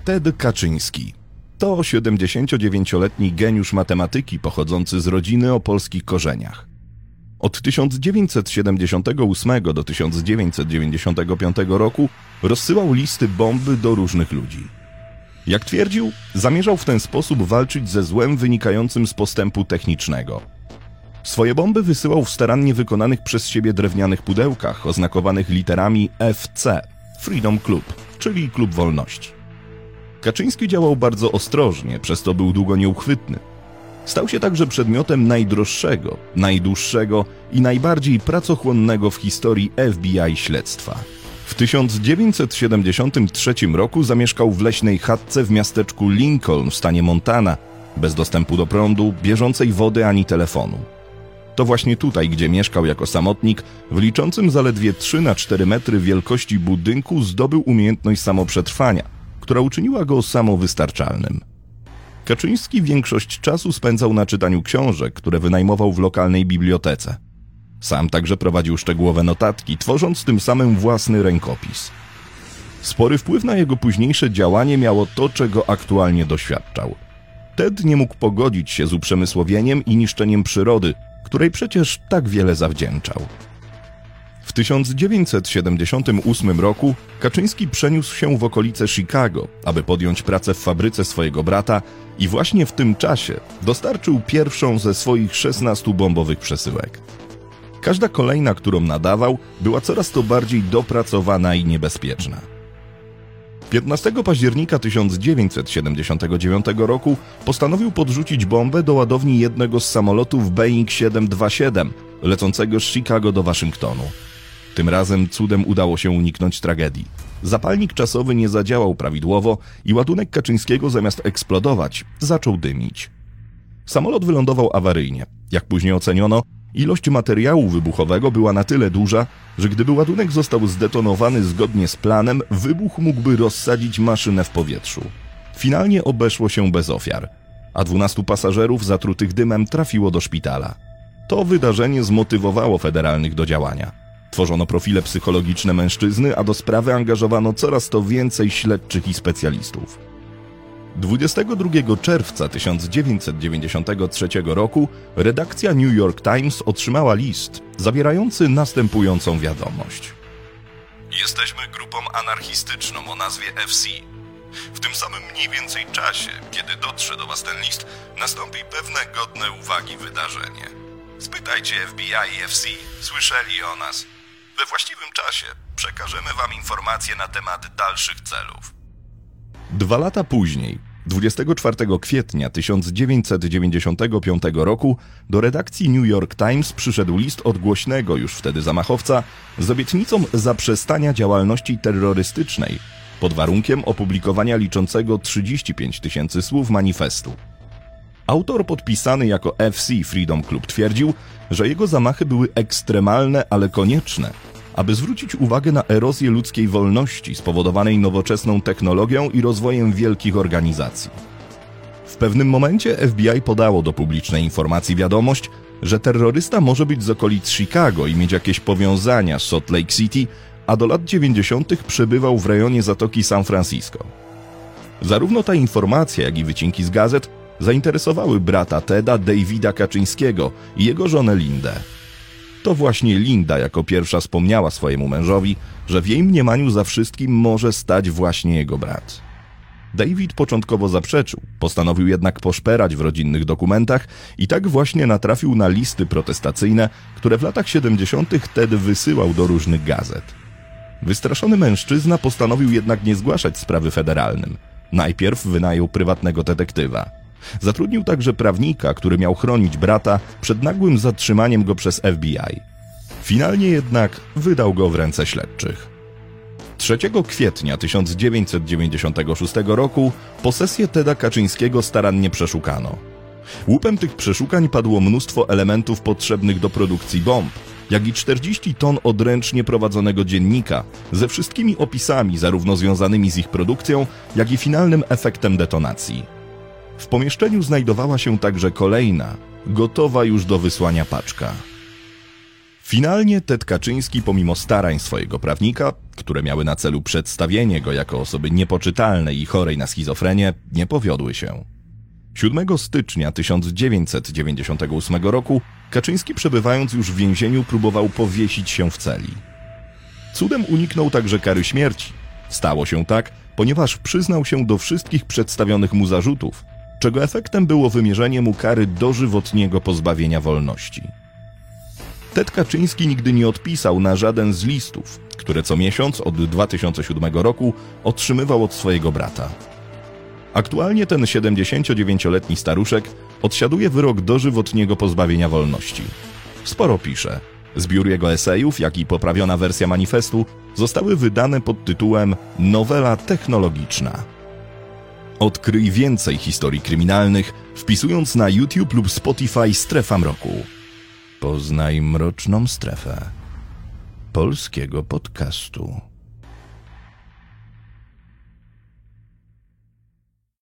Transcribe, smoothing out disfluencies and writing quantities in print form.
Ted Kaczyński to 79-letni geniusz matematyki pochodzący z rodziny o polskich korzeniach. Od 1978 do 1995 roku rozsyłał listy bomby do różnych ludzi. Jak twierdził, zamierzał w ten sposób walczyć ze złem wynikającym z postępu technicznego. Swoje bomby wysyłał w starannie wykonanych przez siebie drewnianych pudełkach oznakowanych literami FC, Freedom Club, czyli Klub Wolności. Kaczyński działał bardzo ostrożnie, przez to był długo nieuchwytny. Stał się także przedmiotem najdroższego, najdłuższego i najbardziej pracochłonnego w historii FBI śledztwa. W 1973 roku zamieszkał w leśnej chatce w miasteczku Lincoln w stanie Montana, bez dostępu do prądu, bieżącej wody ani telefonu. To właśnie tutaj, gdzie mieszkał jako samotnik, w liczącym zaledwie 3x4 metry wielkości budynku zdobył umiejętność samoprzetrwania, która uczyniła go samowystarczalnym. Kaczyński większość czasu spędzał na czytaniu książek, które wynajmował w lokalnej bibliotece. Sam także prowadził szczegółowe notatki, tworząc tym samym własny rękopis. Spory wpływ na jego późniejsze działanie miało to, czego aktualnie doświadczał. Ted nie mógł pogodzić się z uprzemysłowieniem i niszczeniem przyrody, której przecież tak wiele zawdzięczał. W 1978 roku Kaczyński przeniósł się w okolice Chicago, aby podjąć pracę w fabryce swojego brata i właśnie w tym czasie dostarczył pierwszą ze swoich 16 bombowych przesyłek. Każda kolejna, którą nadawał, była coraz to bardziej dopracowana i niebezpieczna. 15 października 1979 roku postanowił podrzucić bombę do ładowni jednego z samolotów Boeing 727, lecącego z Chicago do Waszyngtonu. Tym razem cudem udało się uniknąć tragedii. Zapalnik czasowy nie zadziałał prawidłowo i ładunek Kaczyńskiego zamiast eksplodować, zaczął dymić. Samolot wylądował awaryjnie. Jak później oceniono, ilość materiału wybuchowego była na tyle duża, że gdyby ładunek został zdetonowany zgodnie z planem, wybuch mógłby rozsadzić maszynę w powietrzu. Finalnie obeszło się bez ofiar, a 12 pasażerów zatrutych dymem trafiło do szpitala. To wydarzenie zmotywowało federalnych do działania. Tworzono profile psychologiczne mężczyzny, a do sprawy angażowano coraz to więcej śledczych i specjalistów. 22 czerwca 1993 roku redakcja New York Times otrzymała list zawierający następującą wiadomość. Jesteśmy grupą anarchistyczną o nazwie FC. W tym samym mniej więcej czasie, kiedy dotrze do Was ten list, nastąpi pewne godne uwagi wydarzenie. Spytajcie FBI i FC, słyszeli o nas. We właściwym czasie przekażemy Wam informacje na temat dalszych celów. 2 lata później, 24 kwietnia 1995 roku, do redakcji New York Times przyszedł list od głośnego już wtedy zamachowca z obietnicą zaprzestania działalności terrorystycznej pod warunkiem opublikowania liczącego 35 000 słów manifestu. Autor podpisany jako FC Freedom Club twierdził, że jego zamachy były ekstremalne, ale konieczne, aby zwrócić uwagę na erozję ludzkiej wolności spowodowanej nowoczesną technologią i rozwojem wielkich organizacji. W pewnym momencie FBI podało do publicznej informacji wiadomość, że terrorysta może być z okolic Chicago i mieć jakieś powiązania z Salt Lake City, a do lat 90. przebywał w rejonie Zatoki San Francisco. Zarówno ta informacja, jak i wycinki z gazet zainteresowały brata Teda, Davida Kaczyńskiego i jego żonę Lindę. To właśnie Linda jako pierwsza wspomniała swojemu mężowi, że w jej mniemaniu za wszystkim może stać właśnie jego brat. David początkowo zaprzeczył, postanowił jednak poszperać w rodzinnych dokumentach i tak właśnie natrafił na listy protestacyjne, które w latach 70. Ted wysyłał do różnych gazet. Wystraszony mężczyzna postanowił jednak nie zgłaszać sprawy federalnym. Najpierw wynajął prywatnego detektywa. Zatrudnił także prawnika, który miał chronić brata przed nagłym zatrzymaniem go przez FBI. Finalnie jednak wydał go w ręce śledczych. 3 kwietnia 1996 roku posesję Teda Kaczyńskiego starannie przeszukano. Łupem tych przeszukań padło mnóstwo elementów potrzebnych do produkcji bomb, jak i 40 ton odręcznie prowadzonego dziennika ze wszystkimi opisami zarówno związanymi z ich produkcją, jak i finalnym efektem detonacji. W pomieszczeniu znajdowała się także kolejna, gotowa już do wysłania paczka. Finalnie Ted Kaczyński, pomimo starań swojego prawnika, które miały na celu przedstawienie go jako osoby niepoczytalnej i chorej na schizofrenię, nie powiodły się. 7 stycznia 1998 roku Kaczyński, przebywając już w więzieniu, próbował powiesić się w celi. Cudem uniknął także kary śmierci. Stało się tak, ponieważ przyznał się do wszystkich przedstawionych mu zarzutów, czego efektem było wymierzenie mu kary dożywotniego pozbawienia wolności. Ted Kaczyński nigdy nie odpisał na żaden z listów, które co miesiąc od 2007 roku otrzymywał od swojego brata. Aktualnie ten 79-letni staruszek odsiaduje wyrok dożywotniego pozbawienia wolności. Sporo pisze. Zbiór jego esejów, jak i poprawiona wersja manifestu zostały wydane pod tytułem Nowela technologiczna. Odkryj więcej historii kryminalnych, wpisując na YouTube lub Spotify Strefa Mroku. Poznaj mroczną strefę polskiego podcastu.